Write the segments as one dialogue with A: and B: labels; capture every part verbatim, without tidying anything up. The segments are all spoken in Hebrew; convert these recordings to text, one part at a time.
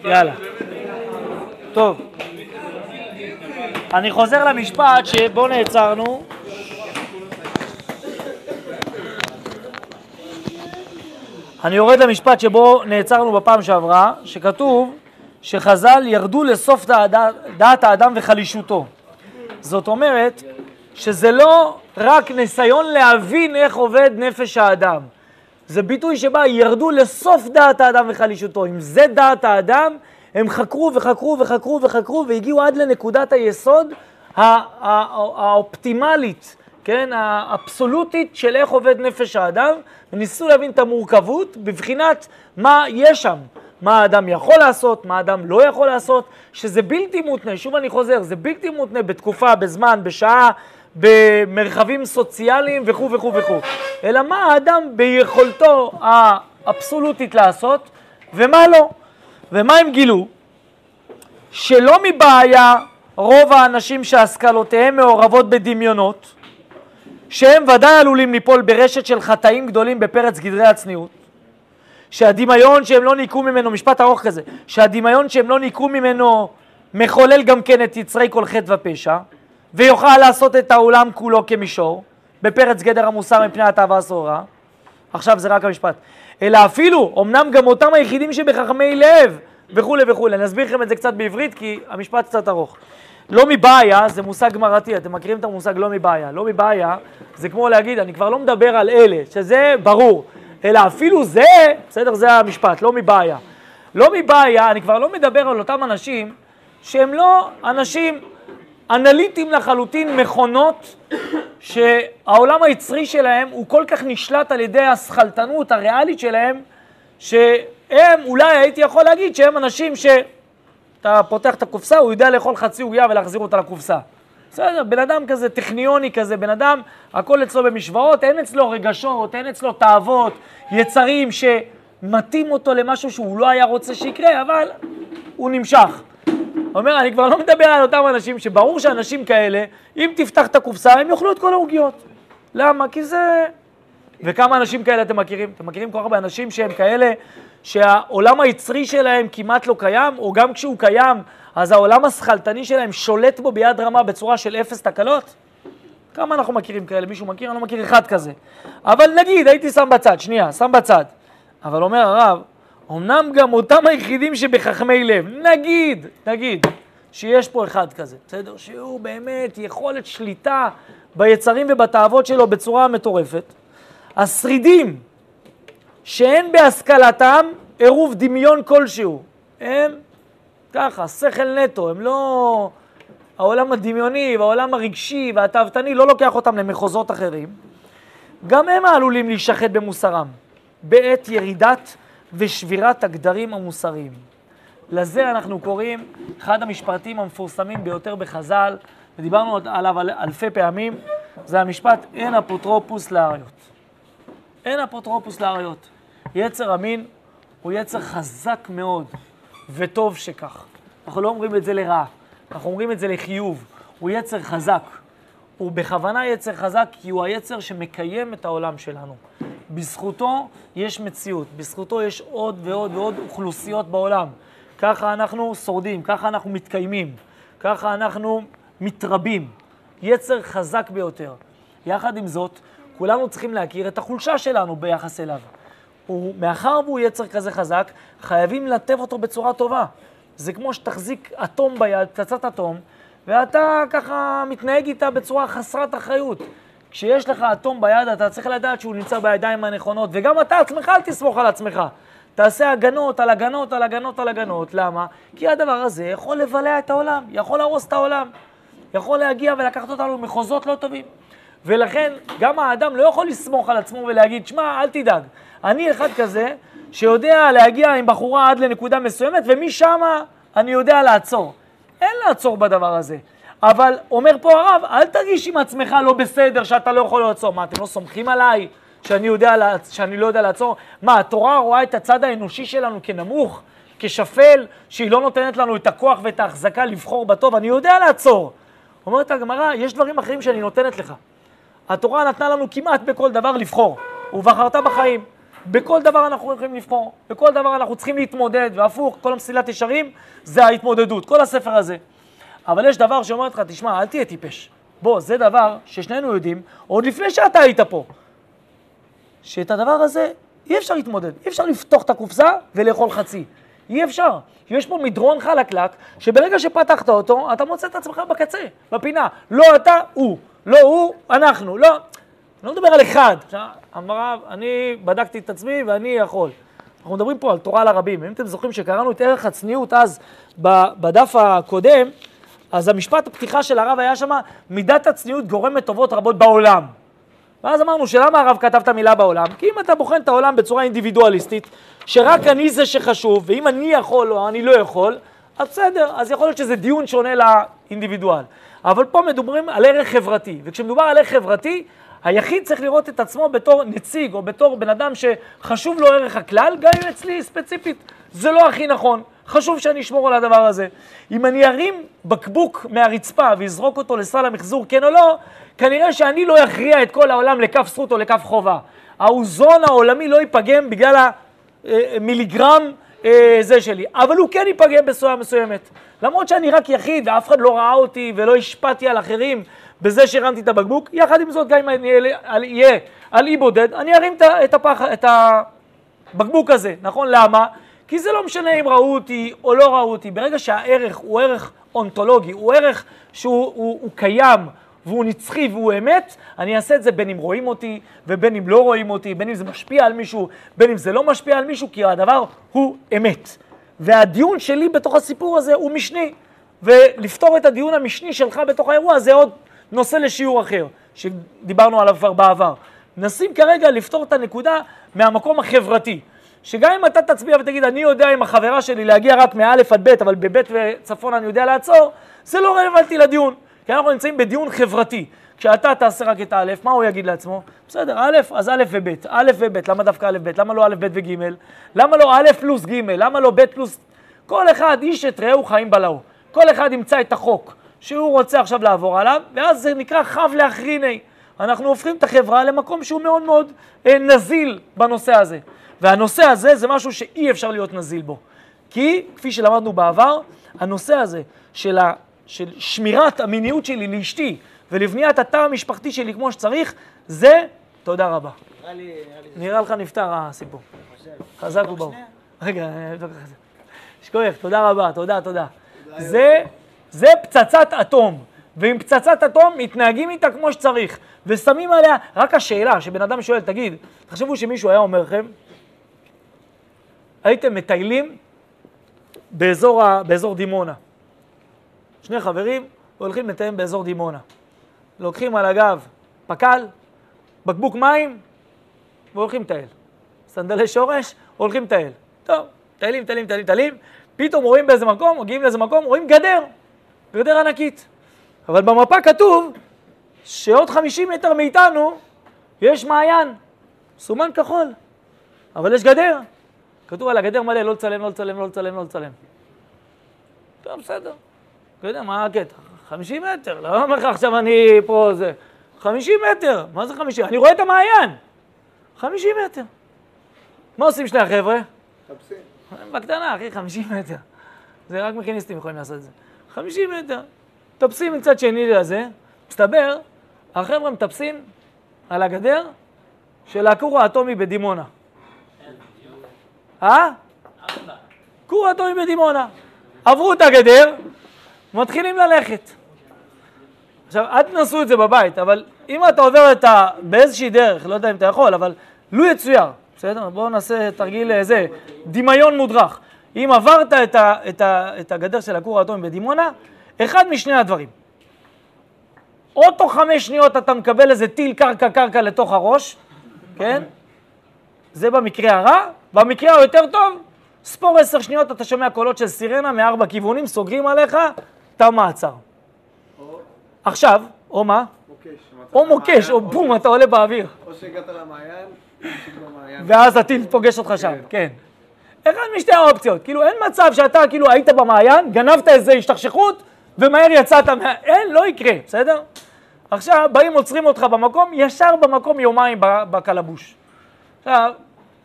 A: יאללה. טוב. אני חוזר למשפט שבו נעצרנו. אני יורד למשפט שבו נעצרנו בפעם שעברה, שכתוב שחז"ל ירדו לסוף דעת האדם וחלישותו. זאת אומרת שזה לא רק ניסיון להבין איך עובד נפש האדם. זה ביטוי שבא, ירדו לסוף דעת האדם וחלישותו. אם זה דעת האדם, הם חקרו וחקרו וחקרו וחקרו והגיעו עד לנקודת היסוד האופטימלית, כן, האבסולוטית של איך עובד נפש האדם, וניסו להבין את המורכבות בבחינת מה יש שם, מה האדם יכול לעשות, מה האדם לא יכול לעשות, שזה בלתי מותנה, שוב אני חוזר, זה בלתי מותנה בתקופה, בזמן, בשעה, במרחבים סוציאליים וכו' וכו' וכו'. אלא מה האדם ביכולתו האבסולוטית לעשות, ומה לא. ומה הם גילו? שלא מבעיה רוב האנשים שהשכלותיהם מעורבות בדמיונות, שהם ודאי עלולים ליפול ברשת של חטאים גדולים בפרץ גדרי הצניעות, שהדמיון שהם לא ניקו ממנו, משפט ארוך כזה, שהדמיון שהם לא ניקו ממנו מחולל גם כן את יצרי כל חטא ופשע, ויוכל לעשות את העולם כולו כמישור, בפרץ גדר המוסר מפני התאווה הסעורה. עכשיו זה רק המשפט. אלא אפילו, אמנם גם אותם היחידים שבחכמי לב, וכו' וכו'. אני אסביר לכם את זה קצת בעברית, כי המשפט קצת ארוך. לא מבעיה, זה מושג גמרתי, אתם מכירים את המושג לא מבעיה. לא מבעיה, זה כמו להגיד, אני כבר לא מדבר על אלה, שזה ברור. אלא אפילו זה, בסדר, זה המשפט, לא מבעיה. לא מבעיה, אני כבר לא מדבר על אותם אנשים, שהם לא אנשים אנליטיים לחלוטין, מכונות, שהעולם היצרי שלהם הוא כל כך נשלט על ידי השכלתנות הריאלית שלהם, שהם, אולי הייתי יכול להגיד שהם אנשים שאתה פותח את הקופסה, הוא יודע לאכול חצי עוגיה ולהחזיר אותה לקופסה. בסדר, בן אדם כזה טכניוני כזה, בן אדם, הכל אצלו במשוואות, אין אצלו רגשות, אין אצלו תאוות, יצרים שמתאים אותו למשהו שהוא לא היה רוצה שיקרה, אבל הוא נמשך. הוא אומר, אני כבר לא מדבר על אותם אנשים שברור שאנשים כאלה, אם תפתח את הקופסה, הם יאכלו את כל העוגיות. למה? כי זה... וכמה אנשים כאלה אתם מכירים? אתם מכירים כל הרבה אנשים שהם כאלה שהעולם היצרי שלהם כמעט לא קיים, או גם כשהוא קיים, אז העולם השכלתני שלהם שולט בו ביד רמה בצורה של אפס תקלות? כמה אנחנו מכירים כאלה? מישהו מכיר? אני לא מכיר אחד כזה. אבל נגיד, הייתי שם בצד, שנייה, שם בצד. אבל אומר הרב, אמנם גם אותם היחידים שבחכמי לב, נגיד, נגיד, שיש פה אחד כזה, בסדר? שהוא באמת יכולת שליטה ביצרים ובתאוות שלו בצורה מטורפת. השרידים שאין בהשכלתם עירוב דמיון כלשהו, הם ככה, שכל נטו, הם לא... העולם הדמיוני והעולם הרגשי והתאוותני לא לוקח אותם למחוזות אחרים. גם הם עלולים להישחט במוסרם, בעת ירידת ושבירת הגדרים המוסריים. לזה אנחנו קוראים אחד המשפטים המפורסמים ביותר בחז"ל, ודיברנו עליו אלפי פעמים, זה המשפט אין אפוטרופוס לאריות. אין אפוטרופוס לאריות. יצר המין הוא יצר חזק מאוד, וטוב שכך. אנחנו לא אומרים את זה לרעה, אנחנו אומרים את זה לחיוב. הוא יצר חזק. הוא בכוונה יצר חזק כי הוא היצר שמקיים את העולם שלנו. בזכותו יש מציאות, בזכותו יש עוד ועוד ועוד אוכלוסיות בעולם. ככה אנחנו שורדים, ככה אנחנו מתקיימים, ככה אנחנו מתרבים. יצר חזק ביותר. יחד עם זאת, כולנו צריכים להכיר את החולשה שלנו ביחס אליו. ומאחר והוא יצר כזה חזק, חייבים לטב אותו בצורה טובה. זה כמו שתחזיק אטום ביד, פצצת אטום, ואתה ככה מתנהג איתה בצורה חסרת אחריות. כשיש לך אטום ביד, אתה צריך לדעת שהוא נמצא בידיים הנכונות, וגם אתה עצמך אל תסמוך על עצמך. תעשה הגנות על הגנות על הגנות על הגנות. למה? כי הדבר הזה יכול לבלע את העולם, יכול להרוס את העולם, יכול להגיע ולקחת אותנו למחוזות לא טובים. ולכן גם האדם לא יכול לסמוך על עצמו ולהגיד, שמע, אל תדאג. אני אחד כזה שיודע להגיע עם בחורה עד לנקודה מסוימת, ומשם אני יודע לעצור. אין לעצור בדבר הזה. אבל אומר פה הרב, אל תרגיש עם עצמך לא בסדר שאתה לא יכול לעצור. מה, אתם לא סומכים עליי שאני, יודע, שאני לא יודע לעצור? מה, התורה רואה את הצד האנושי שלנו כנמוך, כשפל, שהיא לא נותנת לנו את הכוח ואת ההחזקה לבחור בטוב? אני יודע לעצור. אומרת הגמרא, יש דברים אחרים שאני נותנת לך. התורה נתנה לנו כמעט בכל דבר לבחור, ובחרת בחיים. בכל דבר אנחנו יכולים לבחור, בכל דבר אנחנו צריכים להתמודד, והפוך, כל המסילת ישרים זה ההתמודדות, כל הספר הזה. אבל יש דבר שאומר לך, תשמע, אל תהיה טיפש. בוא, זה דבר ששנינו יודעים, עוד לפני שאתה היית פה, שאת הדבר הזה אי אפשר להתמודד, אי אפשר לפתוח את הקופסה ולאכול חצי. אי אפשר. יש פה מדרון חלקלק, שברגע שפתחת אותו, אתה מוצא את עצמך בקצה, בפינה. לא אתה, הוא. לא הוא, אנחנו. לא. אני לא מדבר על אחד. אמרה, אני בדקתי את עצמי ואני יכול. אנחנו מדברים פה על תורה לרבים. אם אתם זוכרים שקראנו את ערך הצניעות אז בדף הקודם, אז המשפט הפתיחה של הרב היה שם, מידת הצניעות גורמת טובות רבות בעולם. ואז אמרנו שלמה הרב כתב את המילה בעולם? כי אם אתה בוחן את העולם בצורה אינדיבידואליסטית, שרק אני זה שחשוב, ואם אני יכול או אני לא יכול, אז בסדר, אז יכול להיות שזה דיון שונה לאינדיבידואל. אבל פה מדברים על ערך חברתי, וכשמדובר על ערך חברתי, היחיד צריך לראות את עצמו בתור נציג, או בתור בן אדם שחשוב לו ערך הכלל, גם אם אצלי ספציפית, זה לא הכי נכון. חשוב שאני אשמור על הדבר הזה. אם אני ארים בקבוק מהרצפה ויזרוק אותו לסל המחזור, כן או לא, כנראה שאני לא יכריע את כל העולם לכף זכות או לכף חובה. האוזון העולמי לא ייפגם בגלל המיליגרם זה שלי, אבל הוא כן ייפגם בסועה מסוימת. למרות שאני רק יחיד ואף אחד לא ראה אותי ולא השפעתי על אחרים בזה שהרמתי את הבקבוק, יחד עם זאת, גם אם אני אהיה על אי בודד, אני ארים את, הפח, את הבקבוק הזה, נכון? למה? כי זה לא משנה אם ראו אותי או לא ראו אותי. ברגע שהערך הוא ערך אונתולוגי, הוא ערך שהוא הוא, הוא קיים והוא נצחי והוא אמת, אני אעשה את זה בין אם רואים אותי ובין אם לא רואים אותי, בין אם זה משפיע על מישהו, בין אם זה לא משפיע על מישהו, כי הדבר הוא אמת. והדיון שלי בתוך הסיפור הזה הוא משני, ולפתור את הדיון המשני שלך בתוך האירוע זה עוד נושא לשיעור אחר, שדיברנו עליו כבר בעבר. נשים כרגע לפתור את הנקודה מהמקום החברתי. שגם אם אתה תצביע ותגיד, אני יודע עם החברה שלי להגיע רק מאלף עד בית, אבל בבית וצפון אני יודע לעצור, זה לא רלוונטי לדיון. כי אנחנו נמצאים בדיון חברתי. כשאתה תעשה רק את האלף, מה הוא יגיד לעצמו? בסדר, א', אז א' וב', א' וב', למה דווקא א' ב', למה לא א' ב' וג', למה לא א' פלוס ג', למה לא ב' פלוס... כל אחד איש את רעהו חיים בלעו. כל אחד ימצא את החוק שהוא רוצה עכשיו לעבור עליו, ואז זה נקרא חב לאחריני. אנחנו הופכים את החברה למקום שהוא מאוד מאוד אה, נזיל בנושא הזה. והנושא הזה זה משהו שאי אפשר להיות נזיל בו. כי, כפי שלמדנו בעבר, הנושא הזה של, ה, של שמירת המיניות שלי לאשתי ולבניית התא המשפחתי שלי כמו שצריך, זה תודה רבה. נראה לי, נראה לי נראה לך נפטר הסיפור. חזק וברוך. רגע, נבדוק לך זה. שכוח, תודה רבה, תודה, תודה. זה, זה פצצת אטום. ועם פצצת אטום מתנהגים איתה כמו שצריך. ושמים עליה, רק השאלה שבן אדם שואל, תגיד, תחשבו שמישהו היה אומר לכם, הייתם מטיילים באזור, ה, באזור דימונה. שני חברים הולכים לטייל באזור דימונה. לוקחים על הגב פקל, בקבוק מים, והולכים לטייל. סנדלי שורש, הולכים לטייל. טוב, טיילים, טיילים, טיילים, טיילים. פתאום רואים באיזה מקום, מגיעים לאיזה מקום, רואים גדר. גדר ענקית. אבל במפה כתוב שעוד חמישים מטר מאיתנו יש מעיין. סומן כחול. אבל יש גדר. כתוב על הגדר מלא, לא לצלם, לא לצלם, לא לצלם, לא לצלם. טוב, בסדר. לא יודע, מה הקטע? חמישים מטר, לא אומר לך עכשיו אני פה זה. חמישים מטר, מה זה חמישים? אני רואה את המעיין. חמישים מטר. מה עושים שני החבר'ה?
B: תפסים.
A: בקטנה, אחי, חמישים מטר. זה רק מכיניסטים יכולים לעשות את זה. חמישים מטר. תפסים מצד שני לזה, מסתבר, החבר'ה מטפסים על הגדר של הכור האטומי בדימונה. אה? כור האטומי בדימונה. עברו את הגדר, מתחילים ללכת. עכשיו, אל תנסו את זה בבית, אבל אם אתה עובר את ה... באיזושהי דרך, לא יודע אם אתה יכול, אבל לא יצויר, בסדר? בואו נעשה תרגיל איזה, דמיון מודרך. אם עברת את, ה... את, ה... את הגדר של הכור האטומי בדימונה, אחד משני הדברים. או תוך חמש שניות אתה מקבל איזה טיל קרקע קרקע לתוך הראש, כן? זה במקרה הרע. במקרה היותר טוב, ספור עשר שניות אתה שומע קולות של סירנה מארבע כיוונים, סוגרים עליך, אתה מעצר.
B: או...
A: עכשיו, או מה?
B: מוקש.
A: או מוקש, או בום, אתה עולה באוויר.
B: או שהגעת למעיין, במעיין.
A: ואז הטיל פוגש אותך שם, כן. אחד משתי האופציות, כאילו אין מצב שאתה כאילו היית במעיין, גנבת איזה השתכשכות, ומהר יצאת, אין, לא יקרה, בסדר? עכשיו באים עוצרים אותך במקום, ישר במקום יומיים בקלבוש. עכשיו,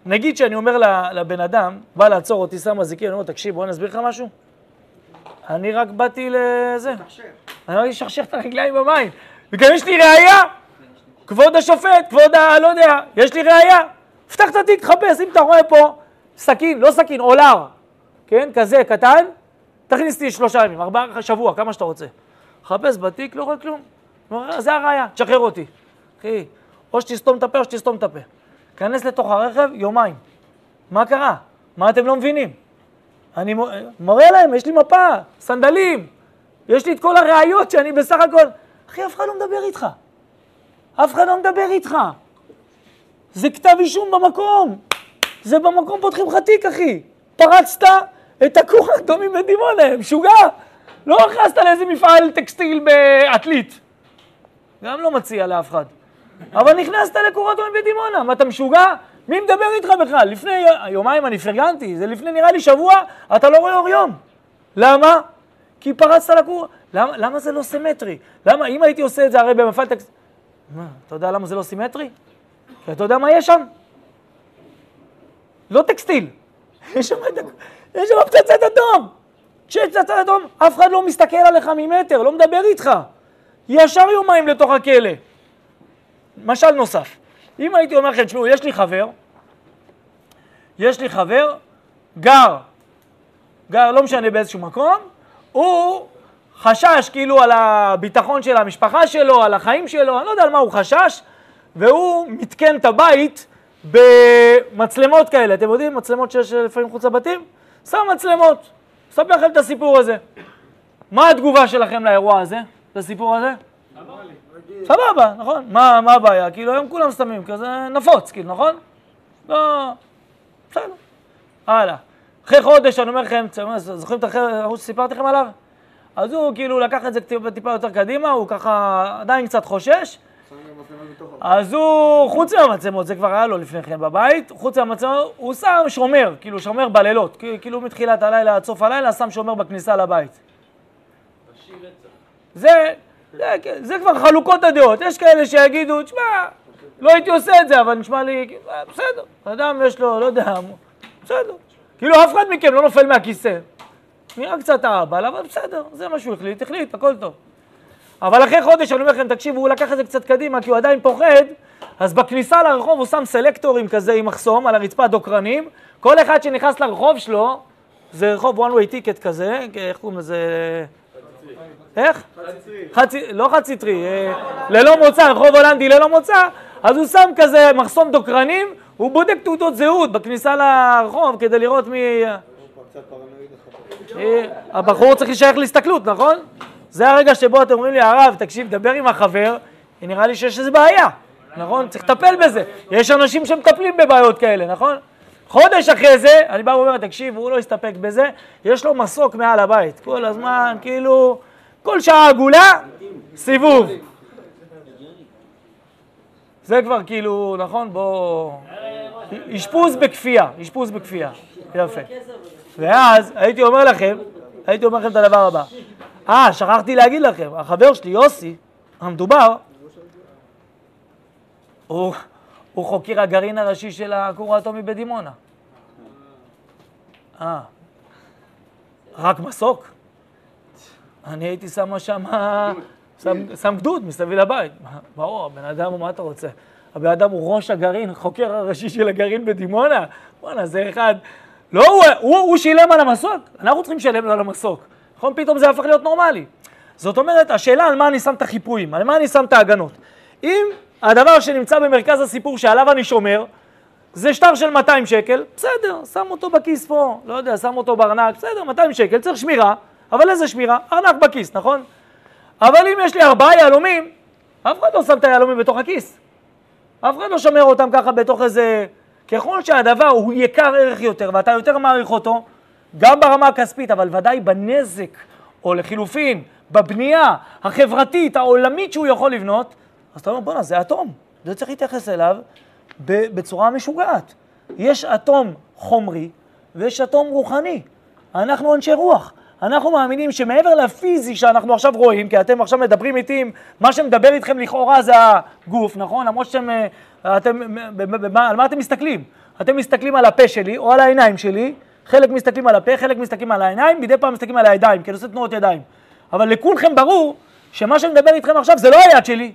A: נגיד שאני אומר לבן אדם, בא לעצור אותי, שם מזיקים, אני אומר, תקשיב, בוא נסביר לך משהו. אני רק באתי לזה. אני רק לשכשך את הרגליים במים. וגם יש לי ראייה. כבוד השופט, כבוד ה... לא יודע, יש לי ראייה. פתח את התיק, תחפש, אם אתה רואה פה סכין, לא סכין, אולר, כן, כזה קטן, תכניס לי שלושה ימים, ארבעה, שבוע, כמה שאתה רוצה. חפש בתיק, לא רואה כלום. זה הראייה, תשחרר אותי. אחי, או שתסתום את הפה או שתסתום את הפה. כנס לתוך הרכב, יומיים. מה קרה? מה אתם לא מבינים? אני מראה להם, יש לי מפה, סנדלים, יש לי את כל הראיות שאני בסך הכל... אחי, אף אחד לא מדבר איתך. אף אחד לא מדבר איתך. זה כתב אישום במקום. זה במקום פותחים לך תיק, אחי. פרצת את הכור האטומי בדימונה, משוגע. לא הכנסת לאיזה מפעל טקסטיל בעתלית. גם לא מציע לאף אחד. אבל נכנסת לכור האטומי בדימונה. מה, אתה משוגע? מי מדבר איתך בכלל? לפני יומיים אני פרגנתי, זה לפני נראה לי שבוע, אתה לא רואה אור יום. למה? כי פרצת לכור... למה, למה זה לא סימטרי? למה? אם הייתי עושה את זה הרי במפעל טקסטיל... מה, אתה יודע למה זה לא סימטרי? כי אתה יודע מה יש שם? לא טקסטיל. יש שם, יש שם פצצת אדום. כשיש פצצת אדום, אף אחד לא מסתכל עליך ממטר, לא מדבר איתך. ישר יומיים לתוך הכלא. משל נוסף. אם הייתי אומר לכם, תשמעו, יש לי חבר, יש לי חבר, גר, גר, לא משנה באיזשהו מקום, הוא חשש כאילו על הביטחון של המשפחה שלו, על החיים שלו, אני לא יודע על מה הוא חשש, והוא מתקן את הבית במצלמות כאלה. אתם יודעים, מצלמות שיש לפעמים חוץ לבתים? שם מצלמות. ספר לכם את הסיפור הזה. מה התגובה שלכם לאירוע הזה, לסיפור הזה? סבבה, נכון? מה, מה הבעיה? כאילו היום כולם שמים, כזה נפוץ, כאילו, נכון? לא, בסדר. הלאה. אחרי חודש אני אומר לכם, זוכרים את החודש שסיפרתי לכם עליו? אז הוא כאילו לקח את זה טיפה יותר קדימה, הוא ככה עדיין קצת חושש. אז הוא, חוץ מהמצלמות, זה כבר היה לו לפני כן בבית, חוץ מהמצלמות, הוא שם שומר, כאילו שומר בלילות, כאילו מתחילת הלילה עד סוף הלילה, שם שומר בכניסה לבית. זה, זה, זה כבר חלוקות הדעות, יש כאלה שיגידו, תשמע, לא הייתי עושה את זה, אבל נשמע לי, בסדר, אדם יש לו, לא יודע, בסדר. כאילו אף אחד מכם לא נופל מהכיסא. נראה קצת האבל, אבל בסדר, זה מה שהוא החליט, החליט, הכל טוב. אבל אחרי חודש אני אומר לכם, תקשיבו, הוא לקח את זה קצת קדימה, כי הוא עדיין פוחד, אז בכניסה לרחוב הוא שם סלקטורים כזה עם מחסום על הרצפה דוקרנים, כל אחד שנכנס לרחוב שלו, זה רחוב one way ticket כזה, איך קוראים לזה? איך? חצי, לא חצי טרי, ללא מוצא, רחוב הולנדי ללא מוצא, אז הוא שם כזה מחסום דוקרנים, הוא בודק תעודות זהות בכניסה לרחוב כדי לראות מי... הבחור צריך להישאר להסתכלות, נכון? זה הרגע שבו אתם אומרים לי, הרב, תקשיב, דבר עם החבר, נראה לי שיש איזו בעיה, נכון? צריך לטפל בזה. יש אנשים שמטפלים בבעיות כאלה, נכון? חודש אחרי זה, אני בא ואומר, תקשיב, הוא לא יסתפק בזה, יש לו מסוק מעל הבית, כל הזמן, כאילו, כל שעה עגולה, סיבוב. זה כבר כאילו, נכון? בוא... אשפוז בכפייה, אשפוז בכפייה. יפה. ואז הייתי אומר לכם, הייתי אומר לכם את הדבר הבא. אה, שכחתי להגיד לכם, החבר שלי, יוסי, המדובר, הוא, הוא חוקר הגרעין הראשי של הכור האטומי בדימונה. אה, רק מסוק? אני הייתי שם שם, שם, שם גדוד מסביב לבית. ברור, הבן אדם, מה אתה רוצה? הבן אדם הוא ראש הגרעין, חוקר הראשי של הגרעין בדימונה. בוא'נה, זה אחד... לא, הוא, הוא, הוא שילם על המסוק, אנחנו צריכים לשלם לו על המסוק. נכון, פתאום זה הפך להיות נורמלי. זאת אומרת, השאלה על מה אני שם את החיפויים, על מה אני שם את ההגנות. אם הדבר שנמצא במרכז הסיפור שעליו אני שומר, זה שטר של מאתיים שקל, בסדר, שם אותו בכיס פה, לא יודע, שם אותו בארנק, בסדר, מאתיים שקל, צריך שמירה, אבל איזה שמירה? ארנק בכיס, נכון? אבל אם יש לי ארבעה יהלומים, אף אחד לא שם את היהלומים בתוך הכיס. אף אחד לא שומר אותם ככה בתוך איזה... ככל שהדבר הוא יקר ערך יותר, ואתה יותר מעריך אותו, גם ברמה הכספית, אבל ודאי בנזק, או לחילופין, בבנייה החברתית, העולמית שהוא יכול לבנות, אז אתה אומר, בוא'נה, זה אטום. זה צריך להתייחס אליו בצורה משוגעת. יש אטום חומרי, ויש אטום רוחני. אנחנו אנשי רוח. אנחנו מאמינים שמעבר לפיזי שאנחנו עכשיו רואים, כי אתם עכשיו מדברים איתי, מה שמדבר איתכם לכאורה זה הגוף, נכון? למרות שאתם, אתם, על מה אתם מסתכלים? אתם מסתכלים על הפה שלי או על העיניים שלי, חלק מסתכלים על הפה, חלק מסתכלים על העיניים, מדי פעם מסתכלים על הידיים, כי אני עושה תנועות ידיים. אבל לכולכם ברור שמה שמדבר איתכם עכשיו זה לא היד שלי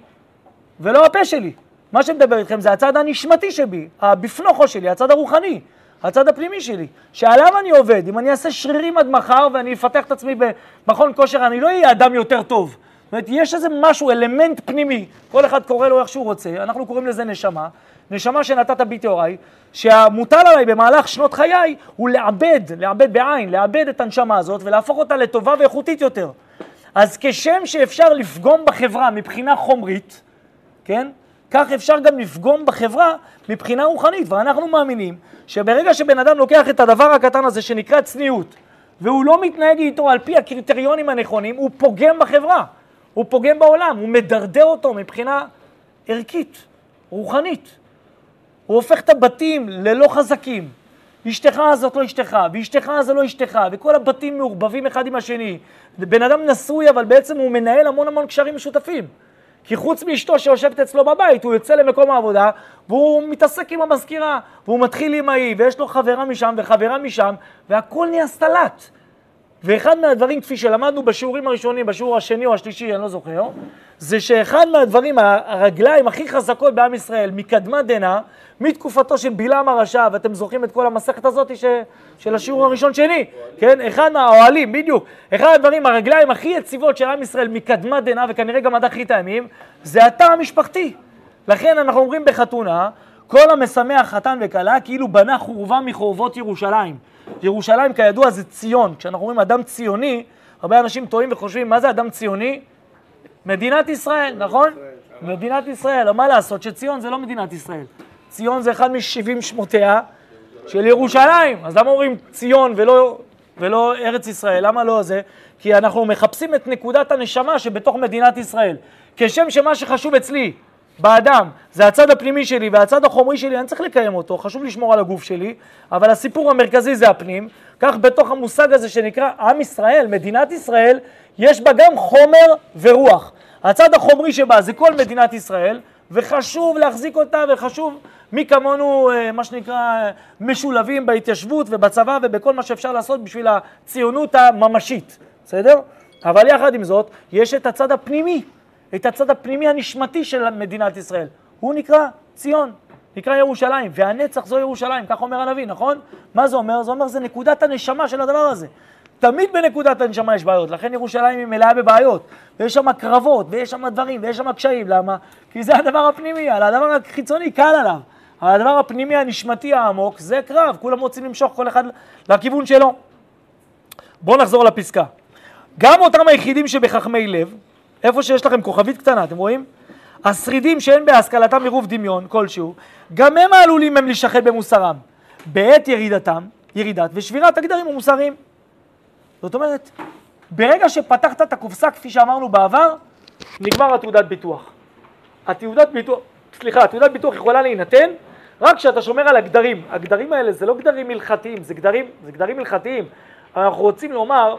A: ולא הפה שלי. מה שמדבר איתכם זה הצד הנשמתי שבי, הבפנוכו שלי, הצד הרוחני, הצד הפנימי שלי, שעליו אני עובד. אם אני אעשה שרירים עד מחר ואני אפתח את עצמי במכון כושר, אני לא אהיה אדם יותר טוב. זאת אומרת, יש איזה משהו, אלמנט פנימי, כל אחד קורא לו איך שהוא רוצה, אנחנו קוראים לזה נשמה, נשמה שנתת בי תאוריי, שהמוטל עליי במהלך שנות חיי הוא לעבד, לעבד בעין, לעבד את הנשמה הזאת ולהפוך אותה לטובה ואיכותית יותר. אז כשם שאפשר לפגום בחברה מבחינה חומרית, כן? כך אפשר גם לפגום בחברה מבחינה רוחנית, ואנחנו מאמינים שברגע שבן אדם לוקח את הדבר הקטן הזה שנקרא צניעות, והוא לא מתנהג איתו על פי הקריטריונים הנכונים, הוא פוגם בחברה, הוא פוגם בעולם, הוא מדרדר אותו מבחינה ערכית, רוחנית. הוא הופך את הבתים ללא חזקים. אשתך הזאת לא אשתך, ואשתך הזה לא אשתך, וכל הבתים מעורבבים אחד עם השני. בן אדם נשוי, אבל בעצם הוא מנהל המון המון קשרים משותפים. כי חוץ מאשתו שיושבת אצלו בבית, הוא יוצא למקום העבודה, והוא מתעסק עם המזכירה, והוא מתחיל עם האי, ויש לו חברה משם וחברה משם, והכל נהיה סטלט. ואחד מהדברים, כפי שלמדנו בשיעורים הראשונים, בשיעור השני או השלישי, אני לא זוכר, זה שאחד מהדברים, הרגליים הכי חזקות בעם ישראל, מקדמת דנא, מתקופתו של בלעם הרשע, ואתם זוכרים את כל המסכת הזאת ש... של השיעור הראשון שני, כן? אחד מהאוהלים, בדיוק. אחד הדברים, הרגליים הכי יציבות של עם ישראל, מקדמת דנא, וכנראה גם עד אחרית הימים, זה התא המשפחתי. לכן אנחנו אומרים בחתונה, כל המשמח חתן וכלה, כאילו בנה חורבה מחורבות ירושלים. ירושלים כידוע זה ציון. כשאנחנו אומרים אדם ציוני, הרבה אנשים טועים וחושבים, מה זה אדם ציוני? מדינת ישראל, נכון? מדינת ישראל, מה לעשות? שציון זה לא מדינת ישראל. ציון זה אחד משבעים שמותיה של ירושלים. אז למה אומרים ציון ולא, ולא ארץ ישראל? למה לא זה? כי אנחנו מחפשים את נקודת הנשמה שבתוך מדינת ישראל. כשם שמה שחשוב אצלי, באדם, זה הצד הפנימי שלי והצד החומרי שלי, אני צריך לקיים אותו, חשוב לשמור על הגוף שלי, אבל הסיפור המרכזי זה הפנים. כך בתוך המושג הזה שנקרא עם ישראל, מדינת ישראל, יש בה גם חומר ורוח. הצד החומרי שבה זה כל מדינת ישראל, וחשוב להחזיק אותה, וחשוב מי כמונו, מה שנקרא, משולבים בהתיישבות ובצבא ובכל מה שאפשר לעשות בשביל הציונות הממשית, בסדר? אבל יחד עם זאת, יש את הצד הפנימי, את הצד הפנימי הנשמתי של מדינת ישראל. הוא נקרא ציון, נקרא ירושלים, והנצח זו ירושלים, כך אומר הנביא, נכון? מה זה אומר? זה אומר, זה נקודת הנשמה של הדבר הזה. תמיד בנקודת הנשמה יש בעיות, לכן ירושלים היא מלאה בבעיות, ויש שם קרבות, ויש שם דברים, ויש שם קשיים. למה? כי זה הדבר הפנימי, על הדבר החיצוני קל עליו. אבל הדבר הפנימי הנשמתי העמוק, זה קרב, כולם רוצים למשוך כל אחד לכיוון שלו. בואו נחזור לפסקה. גם אותם היחידים שבחכמי לב, איפה שיש לכם כוכבית קטנה, אתם רואים? השרידים שאין בהשכלתם עירוב דמיון כלשהו, גם הם העלולים הם לשחד במוסרם, בעת ירידתם, ירידת ושבירת הגדרים המוסריים. זאת אומרת, ברגע שפתחת את הקופסה, כפי שאמרנו בעבר, נגמר התעודת ביטוח. התעודת ביטוח, סליחה, התעודת ביטוח יכולה להינתן רק כשאתה שומר על הגדרים. הגדרים האלה זה לא גדרים מלכתיים, זה גדרים, זה גדרים מלכתיים. אנחנו רוצים לומר,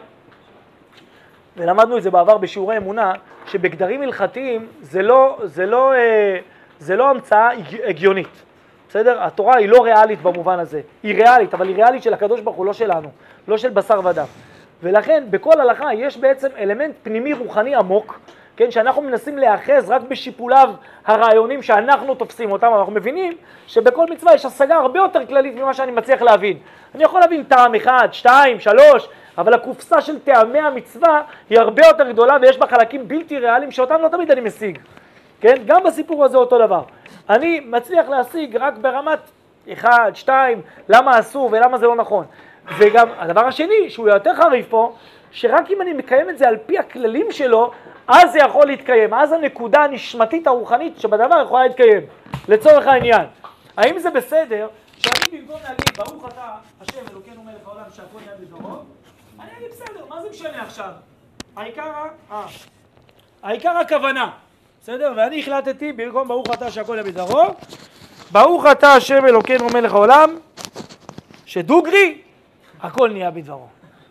A: ולמדנו את זה בעבר בשיעורי אמונה, שבגדרים הלכתיים זה לא, זה לא, זה לא המצאה הגיונית. בסדר? התורה היא לא ריאלית במובן הזה. היא ריאלית, אבל היא ריאלית של הקדוש ברוך הוא, לא שלנו, לא של בשר ודם. ולכן בכל הלכה יש בעצם אלמנט פנימי רוחני עמוק, כן, שאנחנו מנסים להאחז רק בשיפוליו הרעיונים שאנחנו תופסים אותם, אבל אנחנו מבינים שבכל מצווה יש השגה הרבה יותר כללית ממה שאני מצליח להבין. אני יכול להבין טעם אחד, שתיים, שלוש, אבל הקופסה של טעמי המצווה היא הרבה יותר גדולה, ויש בה חלקים בלתי ריאליים שאותם לא תמיד אני משיג. כן? גם בסיפור הזה אותו דבר. אני מצליח להשיג רק ברמת אחד, שתיים, למה אסור ולמה זה לא נכון. וגם הדבר השני, שהוא יותר חריף פה, שרק אם אני מקיים את זה על פי הכללים שלו, אז זה יכול להתקיים. אז הנקודה הנשמתית הרוחנית שבדבר יכולה להתקיים. לצורך העניין. האם זה בסדר שאני במקום להגיד, ברוך אתה, השם אלוקינו מלך העולם שהכל נהיה בדברו, אני אגיד בסדר, מה זה משנה עכשיו? העיקר, אה, העיקר הכוונה, בסדר? ואני החלטתי במקום ברוך אתה שהכל נהיה בדברו, ברוך אתה השם אלוקינו מלך העולם, שדוגרי, הכל נהיה בדברו.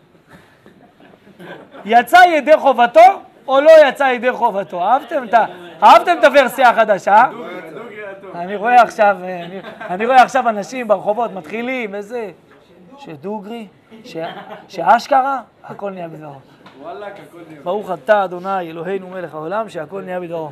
A: יצא ידי חובתו או לא יצא ידי חובתו? אהבתם את, אהבתם את הוורסיה החדשה? אני רואה עכשיו, אני רואה עכשיו אנשים ברחובות מתחילים וזה, שדוגרי, שאשכרה, הכל נהיה בדברו.
B: וואלק, הכל נהיה.
A: ברוך אתה אדוני אלוהינו מלך העולם, שהכל נהיה בדברו.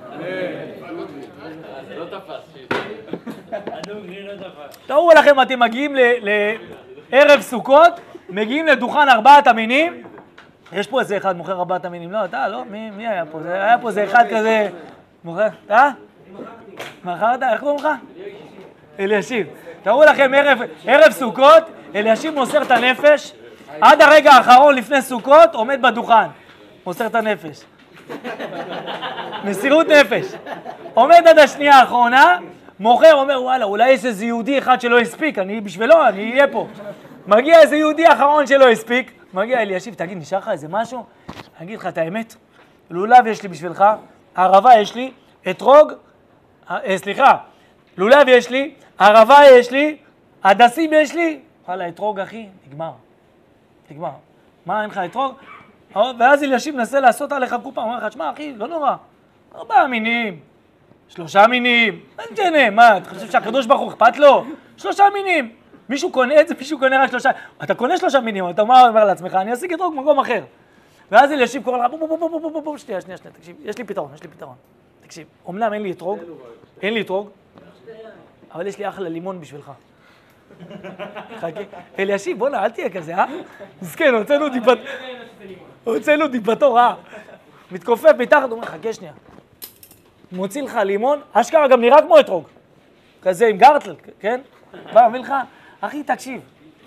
C: לא תפס. הדוגרי לא תפס.
A: תראו לכם, אתם מגיעים לערב סוכות, מגיעים לדוכן ארבעת המינים, יש פה איזה אחד מוכר ארבעת המינים, לא, אתה, לא, מי, מי היה פה? היה פה איזה אחד כזה, מוכר, אתה? מכרת? איך קוראים לך? אלישיב. תראו לכם, ערב, ערב סוכות, אלישיב מוסר את הנפש, עד הרגע האחרון לפני סוכות עומד בדוכן, מוסר את הנפש. מסירות נפש. עומד עד השנייה האחרונה, מוכר, אומר, וואלה, אולי יש איזה יהודי אחד שלא הספיק, אני בשבילו, אני אהיה פה. מגיע איזה יהודי האחרון שלא הספיק, מגיע אלישיב, תגיד, נשאר לך איזה משהו? אני אגיד לך את האמת, לולב יש לי בשבילך, ערבה יש לי, אתרוג, אה, סליחה, לולב יש לי, ערבה יש לי, הדסים יש לי, וואלה, אתרוג אחי, נגמר, נגמר. מה, אין לך אתרוג? ואז אלישיב מנסה לעשות עליך קופה, אומר לך, שמע אחי, לא נורא, ארבעה מינים, שלושה מינים, אין ג'נה, מה, אתה חושב שהקדוש ברוך הוא אכפת לו? שלושה מינים. מישהו קונה את זה, מישהו קונה רק שלושה, אתה קונה שלושה מינים, אתה אומר לעצמך, אני אשיג אתרוג במקום אחר. ואז אלישיב קורא לך, בוא, בוא, בוא, בוא, בוא, בוא, בוא, שנייה, שנייה, שנייה, תקשיב, יש לי פתרון, יש לי פתרון. תקשיב, אומנם אין לי אתרוג, אין לי אתרוג, אבל יש לי אחלה לימון בשבילך. חכה, אלישיב, בוא'נה, אל תהיה כזה, אה? מסכן, הוצאנו דיפת... הוצאנו דיפתו רע. מתכופף מתחת, אומר, חכה שנייה. מוציא לך לימון, אשכרה גם נראה כמו אתרוג. כזה עם גרטל, כן? בא, מביא לך, אחי, תקשיב.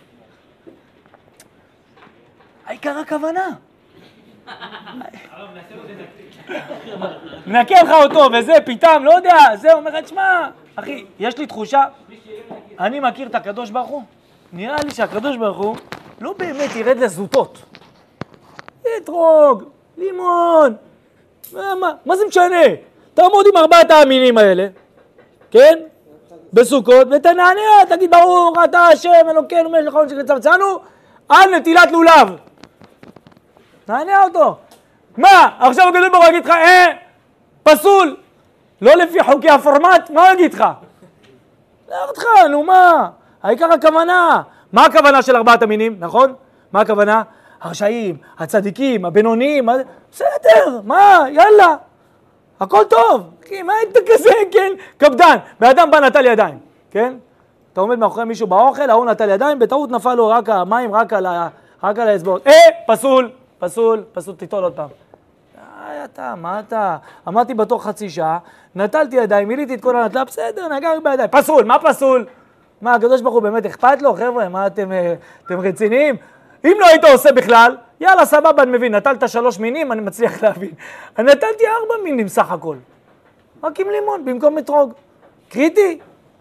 A: העיקר הכוונה. מנקה לך אותו וזה, פתאום, לא יודע, זה אומר, תשמע, אחי, יש לי תחושה, אני מכיר את הקדוש ברוך הוא, נראה לי שהקדוש ברוך הוא לא באמת ירד לזוטות. אתרוג, לימון, מה, מה, מה זה משנה? תעמוד עם ארבעת המינים האלה, כן? בסוכות, ותנענע, תגיד ברוך אתה השם אלוקינו מלך העולם שצמצנו על נטילת לולב. נענע אותו. מה? עכשיו הקדוש ברוך הוא יגיד לך, אה, פסול. לא לפי חוקי הפורמט, מה הוא יגיד לך? לא יגיד לך, נו מה? העיקר הכוונה. מה הכוונה של ארבעת המינים, נכון? מה הכוונה? הרשעים, הצדיקים, הבינוניים, בסדר, מה? יאללה. הכל טוב, כי מה היית כזה, כן? קפדן, באדם בא נטל ידיים, כן? אתה עומד מאחורי מישהו באוכל, ההוא נטל ידיים, בטעות נפל לו רק המים, רק על, ה... רק על האצבעות. אה, פסול, פסול, פסול, תיטול עוד פעם. אה, אתה, מה אתה? עמדתי בתוך חצי שעה, נטלתי ידיים, מיליתי את כל הנטלה, בסדר, נגע רק בידיים. פסול, מה פסול? מה, הקדוש ברוך הוא באמת אכפת לו? חבר'ה, מה אתם, אתם רציניים? אם לא היית עושה בכלל, יאללה, סבבה, אני מבין, נטלת שלוש מינים, אני מצליח להבין. אני נטלתי ארבע מינים סך הכל. רק עם לימון, במקום אתרוג. קריטי?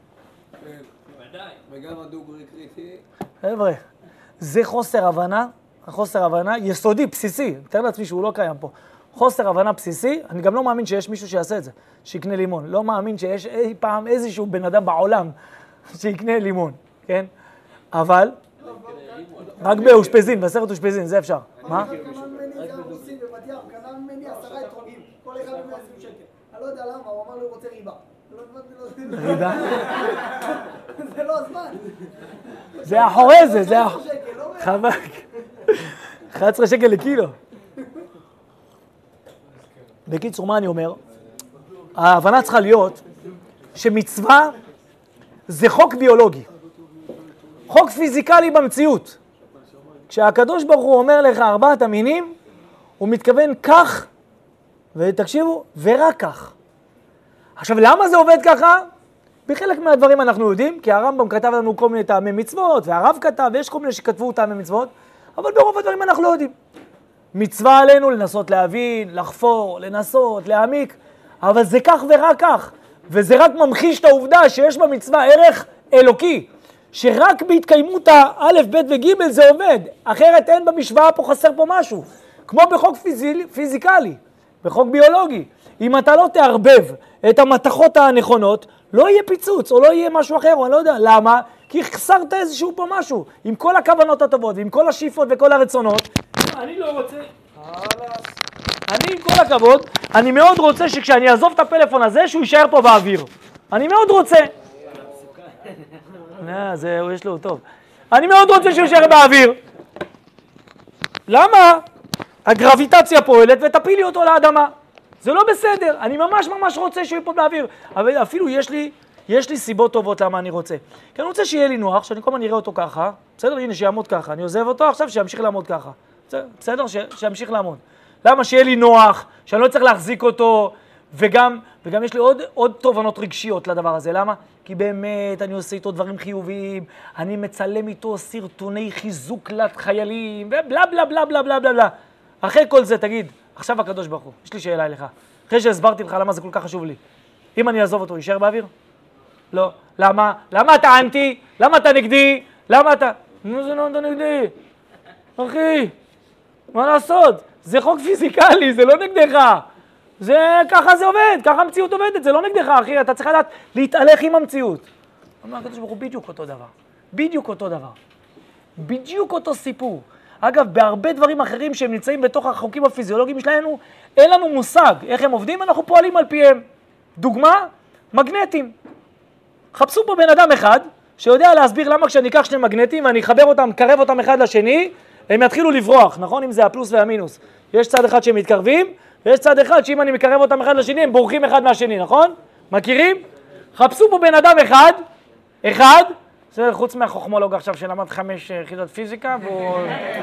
B: וגם הדוגרי קריטי.
A: חבר'ה, זה חוסר הבנה, חוסר הבנה יסודי, בסיסי. מתאר לעצמי שהוא לא קיים פה. חוסר הבנה בסיסי, אני גם לא מאמין שיש מישהו שיעשה את זה, שיקנה לימון. לא מאמין שיש אי פעם איזשהו בן אדם בעולם שיקנה לימון, כן? אבל... רק באושפזין, בסרט אושפזין, זה אפשר. מה?
D: קנה ממני גם רוסים בבת ים, קנה ממני עשרה אתרוגים, כל אחד ב-מאה ועשרים שקל. אני לא יודע למה, הוא אמר לי, הוא רוצה ריבה.
A: ריבה?
D: זה לא הזמן.
A: זה אחורי זה, זה אחורי. חבק. אחת עשרה שקל לקילו. בקיצור, מה אני אומר? ההבנה צריכה להיות שמצווה זה חוק ביולוגי. חוק פיזיקלי במציאות. כשהקדוש ברוך הוא אומר לך ארבעת המינים, הוא מתכוון כך, ותקשיבו, ורק כך. עכשיו, למה זה עובד ככה? בחלק מהדברים אנחנו יודעים, כי הרמב"ם כתב לנו כל מיני טעמי מצוות, והרב כתב, ויש כל מיני שכתבו טעמי מצוות, אבל ברוב הדברים אנחנו לא יודעים. מצווה עלינו לנסות להבין, לחפור, לנסות, להעמיק, אבל זה כך ורק כך. וזה רק ממחיש את העובדה שיש במצווה ערך אלוקי. שרק בהתקיימות האלף, ב' וג' זה עובד, אחרת אין במשוואה פה, חסר פה משהו. כמו בחוק פיזי, פיזיקלי, בחוק ביולוגי. אם אתה לא תערבב את המתכות הנכונות, לא יהיה פיצוץ, או לא יהיה משהו אחר, או אני לא יודע. למה? כי חסרת איזשהו פה משהו. עם כל הכוונות הטובות, ועם כל השאיפות וכל הרצונות. אני לא רוצה... אני, עם כל הכבוד, אני מאוד רוצה שכשאני אעזוב את הפלאפון הזה, שהוא יישאר פה באוויר. אני מאוד רוצה. לא, זה, יש לו טוב. אני מאוד רוצה שהוא יישאר באוויר. למה? הגרביטציה פועלת ותפיל לי אותו לאדמה. זה לא בסדר, אני ממש ממש רוצה שהוא ייפול באוויר. אבל אפילו יש לי, יש לי סיבות טובות למה אני רוצה. כי אני רוצה שיהיה לי נוח, שאני כל הזמן אראה אותו ככה. בסדר, הנה, שיעמוד ככה. אני עוזב אותו עכשיו, שימשיך לעמוד ככה. בסדר, ש, שימשיך לעמוד. למה? שיהיה לי נוח, שאני לא צריך להחזיק אותו, וגם, וגם יש לי עוד, עוד תובנות רגשיות לדבר הזה. למה? כי באמת אני עושה איתו דברים חיוביים, אני מצלם איתו סרטוני חיזוק לחיילים, ובלה בלה בלה בלה בלה בלה בלה. אחרי כל זה, תגיד, עכשיו הקדוש ברוך הוא, יש לי שאלה אליך. אחרי שהסברתי לך למה זה כל כך חשוב לי. אם אני אעזוב אותו, יישאר באוויר? לא. למה? למה אתה אנטי? למה אתה נגדי? למה אתה... נו, זה לא אתה נגדי. אחי, מה לעשות? זה חוק פיזיקלי, זה לא נגדך. זה, ככה זה עובד, ככה המציאות עובדת, זה לא נגדך, אחי. אתה צריך לדעת להתהלך עם המציאות. אומר הקדוש ברוך הוא, בדיוק אותו דבר. בדיוק אותו דבר. בדיוק אותו סיפור. אגב, בהרבה דברים אחרים שהם נמצאים בתוך החוקים הפיזיולוגיים שלנו, אין לנו מושג איך הם עובדים, אנחנו פועלים על פיהם. דוגמה, מגנטים. חפשו פה בן אדם אחד, שיודע להסביר למה כשאני אקח שני מגנטים ואני אחבר אותם, קרב אותם אחד לשני, הם יתחילו לברוח, נכון? אם זה הפלוס והמינוס. יש צד אחד שהם מתקרבים, ויש צד אחד שאם אני מקרב אותם אחד לשני, הם בורחים אחד מהשני, נכון? מכירים? חפשו פה בן אדם אחד, אחד, זה חוץ מהחוכמולוג עכשיו שלמד חמש יחידות פיזיקה, והוא...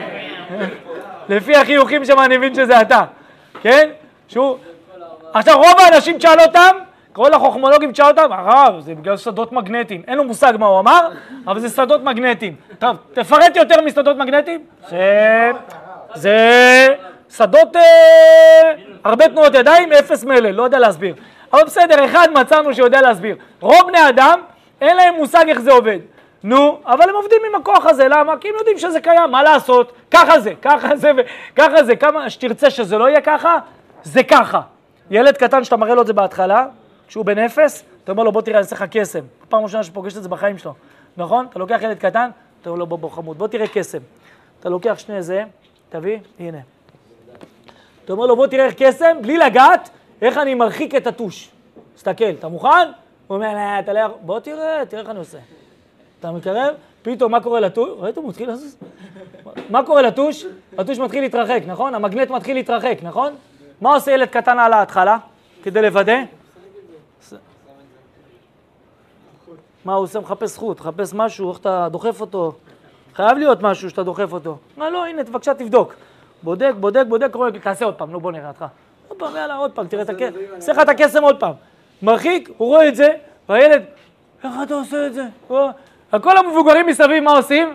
A: לפי החיוכים שם אני מבין שזה אתה, כן? שהוא... עכשיו רוב האנשים תשאל אותם, כל החוכמולוגים תשאל אותם, הרב, זה בגלל שדות מגנטיים, אין לו מושג מה הוא אמר, אבל זה שדות מגנטיים. טוב, תפרט יותר משדות מגנטיים? זה... זה... שדות... הרבה תנועות ידיים, אפס מלל, לא יודע להסביר. אבל בסדר, אחד מצאנו שיודע להסביר. רוב בני אדם, אין להם מושג איך זה עובד. נו, אבל הם עובדים עם הכוח הזה, למה? כי הם יודעים שזה קיים, מה לעשות? ככה זה, ככה זה וככה זה, כמה שתרצה שזה לא יהיה ככה, זה ככה. ילד קטן שאתה מראה לו את זה בהתחלה, כשהוא בן אפס, אתה אומר לו בוא תראה, אני אעשה לך קסם. פעם ראשונה שפוגשת את זה בחיים שלו, נכון? אתה לוקח ילד קטן, אתה אומר לו בוא בוא חמוד, בוא תראה קסם. אתה לוקח שני זה, תביא, הנה. אתה אומר לו בוא תראה איך קסם, בלי לגעת, איך אני מרחיק את הטוש. תסתכל, אתה מוכן? הוא אומר, לא, אתה לא... בוא תראה, תראה איך אני עושה. אתה מקרב, פתאום מה קורה לטוש? ראית, הוא מתחיל לזוז? מה קורה לטוש? הטוש מתחיל להתרחק, נכון? המגנט מתחיל להתרחק, נכון? מה עושה ילד קטן על ההתחלה? כדי לוודא? מה הוא עושה? מחפש זכות, מחפש משהו, איך אתה דוחף אותו? חייב להיות משהו שאתה דוחף אותו. מה לא, הנה, בבקשה תבדוק. בודק, בודק, בודק, תעשה עוד פעם, נו בוא נראה אותך. עוד פעם, יאללה, עוד פעם, תראה את הקסם. עושה לך את הקסם עוד פעם. מרחיק, הוא רואה את זה, והילד, איך אתה עושה את זה? כל המבוגרים מסביב, מה עושים?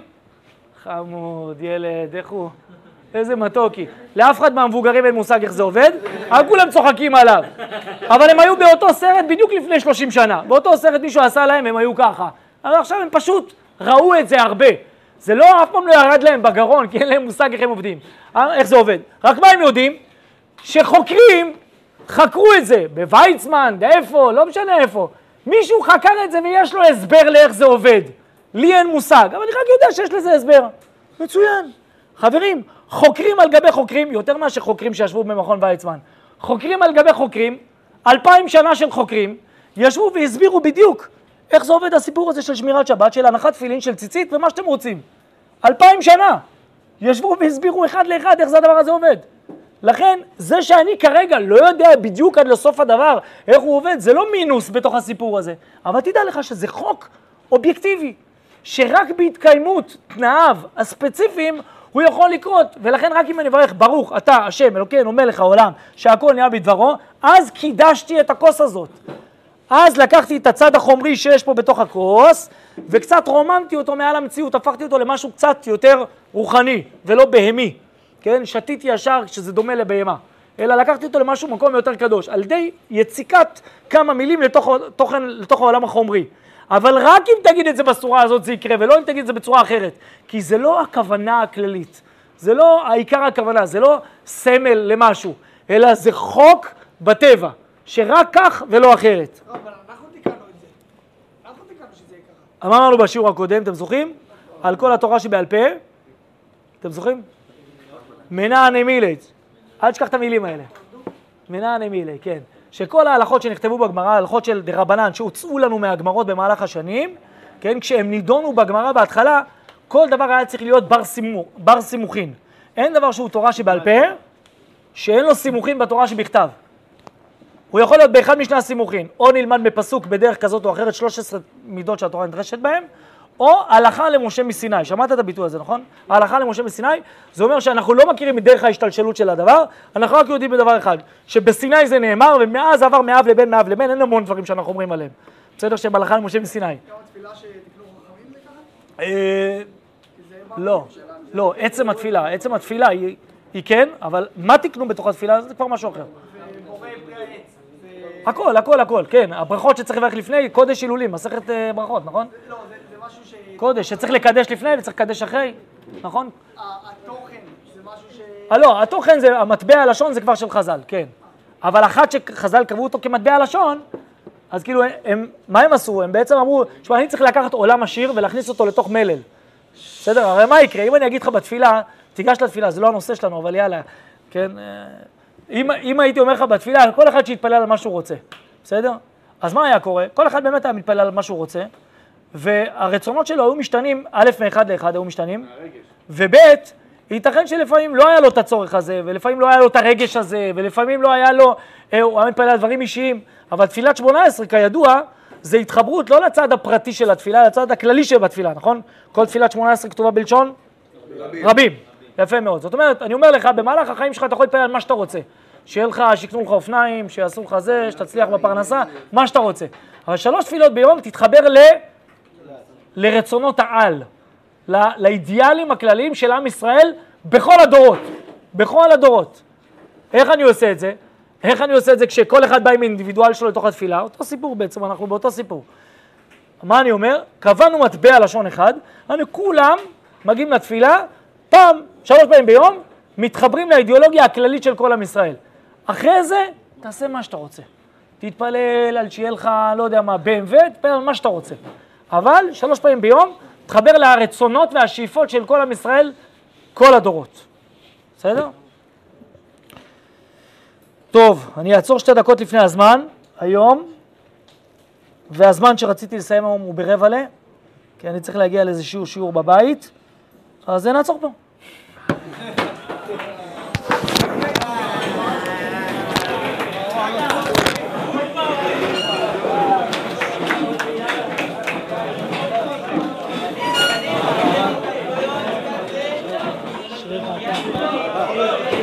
A: חמוד, ילד, איך הוא? איזה מתוקי. לאף אחד מהמבוגרים אין מושג איך זה עובד, אבל כולם צוחקים עליו. אבל הם היו באותו סרט בדיוק לפני שלושים שנה. באותו סרט מישהו עשה להם, הם היו ככה. אבל עכשיו הם פשוט ראו את זה הרבה. זה לא, אף פעם לא ירד להם בגרון, כי אין להם מושג איך הם עובדים. איך זה עובד? רק מה הם יודעים? שחוקרים חקרו את זה, בוויצמן, איפה, לא משנה איפה. מישהו חקר את זה ויש לו הסבר לאיך זה עובד. לי אין מושג, אבל אני רק יודע שיש לזה הסבר. מצוין. חברים, חוקרים על גבי חוקרים, יותר מה שחוקרים שישבו במכון ויצמן. חוקרים על גבי חוקרים, אלפיים שנה של חוקרים, ישבו והסבירו בדיוק איך זה עובד הסיפור הזה של שמירת שבת, של הנחת תפילין, של ציצית ומה שאתם רוצים. אלפיים שנה. ישבו והסבירו אחד לאחד איך זה הדבר הזה עובד. לכן, זה שאני כרגע לא יודע בדיוק עד לסוף הדבר איך הוא עובד, זה לא מינוס בתוך הסיפור הזה. אבל תדע לך שזה חוק אובייקטיבי, שרק בהתקיימות תנאיו הספציפיים הוא יכול לקרות. ולכן רק אם אני מברך, ברוך אתה, השם, אלוקינו, מלך העולם, שהכל נהיה בדברו, אז קידשתי את הכוס הזאת. אז לקחתי את הצד החומרי שיש פה בתוך הכוס, וקצת רוממתי אותו מעל המציאות, הפכתי אותו למשהו קצת יותר רוחני ולא בהמי. כן? שתיתי ישר שזה דומה לבהמה, אלא לקחתי אותו למשהו מקום יותר קדוש, על ידי יציקת כמה מילים לתוך, תוכן, לתוך העולם החומרי. אבל רק אם תגיד את זה בצורה הזאת זה יקרה, ולא אם תגיד את זה בצורה אחרת, כי זה לא הכוונה הכללית, זה לא העיקר הכוונה, זה לא סמל למשהו, אלא זה חוק בטבע, שרק כך ולא אחרת.
D: אבל אנחנו תיקנו את זה, אנחנו תיקנו שזה יהיה ככה.
A: אמרנו בשיעור הקודם, אתם זוכרים? על כל התורה שבעל פה, אתם זוכרים? מנע נמילת, אל תשכח את המילים האלה. מנע נמילת, כן. שכל ההלכות שנכתבו בגמרא, ההלכות של דרבנן, שהוצאו לנו מהגמרות במהלך השנים, כן, כשהם נידונו בגמרא בהתחלה, כל דבר היה צריך להיות בר, סימוך, בר סימוכין. אין דבר שהוא תורה שבעל פה, שאין לו סימוכין בתורה שבכתב. הוא יכול להיות באחד משני הסימוכין, או נלמד בפסוק בדרך כזאת או אחרת, שלוש עשרה מידות שהתורה נדרשת בהם, או הלכה למשה מסיני. שמעת את הביטוי הזה, נכון? ההלכה למשה מסיני, זה אומר שאנחנו לא מכירים מדרך ההשתלשלות של הדבר, אנחנו רק יודעים בדבר אחד, שבסיני זה נאמר, ומאז עבר מאב לבן, מאב לבן, אין המון דברים שאנחנו אומרים עליהם. בסדר שהם הלכה למשה מסיני.
D: גם התפילה שתקנו חכמים לככה?
A: לא, לא, עצם התפילה, עצם התפילה היא, היא כן, אבל מה תקנו בתוך התפילה זה כבר משהו אחר.
D: ובורא פרי העץ.
A: הכל, הכל, הכל, כן. הברכות שצריך לברך לפני, קודש הילולים, מסכת ברכות, נכון?
D: לא, זה משהו ש...
A: קודש, שצריך לקדש לפני וצריך לקדש אחרי, נכון?
D: התוכן, זה משהו ש...
A: לא, התוכן זה, המטבע הלשון זה כבר של חז"ל, כן. אבל אחת שחז"ל קבעו אותו כמטבע הלשון, אז כאילו, הם, מה הם עשו? הם בעצם אמרו, שמה, אני צריך לקחת עולם עשיר ולהכניס אותו לתוך מלל. בסדר? הרי מה יקרה? אם אני אגיד לך בתפילה, תיגש לתפילה, זה לא הנושא שלנו, אבל יאללה, כן? אם, אם הייתי אומר לך בתפילה, כל אחד שיתפלל על מה שהוא רוצה, בסדר? אז מה היה קורה? כל אחד באמת היה מתפלל על מה שהוא רוצה, והרצונות שלו היו משתנים, א' מאחד לאחד היו משתנים, וב' ייתכן שלפעמים לא היה לו את הצורך הזה, ולפעמים לא היה לו את הרגש הזה, ולפעמים לא היה לו, הוא היה מתפלל על דברים אישיים, אבל תפילת שמונה עשרה, כידוע, זה התחברות לא לצד הפרטי של התפילה, לצד הכללי של התפילה, נכון? כל תפילת שמונה עשרה כתובה בלשון? רבים. רבים. יפה מאוד. זאת אומרת, אני אומר לך, במהלך החיים שלך אתה יכול להתפלל על מה שאתה רוצה. שיהיה לך, שיקנו לך אופניים, שיעשו לך זה, שתצליח בפרנסה, מה שאתה רוצה. אבל שלוש תפילות ביום תתחבר ל... לרצונות העל, לא... לאידיאלים הכלליים של עם ישראל בכל הדורות. בכל הדורות. איך אני עושה את זה? איך אני עושה את זה כשכל אחד בא עם אינדיבידואל שלו לתוך התפילה? אותו סיפור בעצם, אנחנו באותו סיפור. מה אני אומר? קבענו מטבע לשון אחד, אנחנו כולם מגיעים לתפילה, פעם, שלוש פעמים ביום, מתחברים לאידיאולוגיה הכללית של כל עם ישראל. אחרי זה, תעשה מה שאתה רוצה. תתפלל על שיהיה לך, לא יודע מה, בי אם דאבליו, תתפלל על מה שאתה רוצה. אבל שלוש פעמים ביום, תחבר לרצונות והשאיפות של כל עם ישראל, כל הדורות. בסדר? טוב, אני אעצור שתי דקות לפני הזמן, היום, והזמן שרציתי לסיים היום הוא ברבע ל, כי אני צריך להגיע לאיזשהו שיעור בבית, אז נעצור פה. Thank you.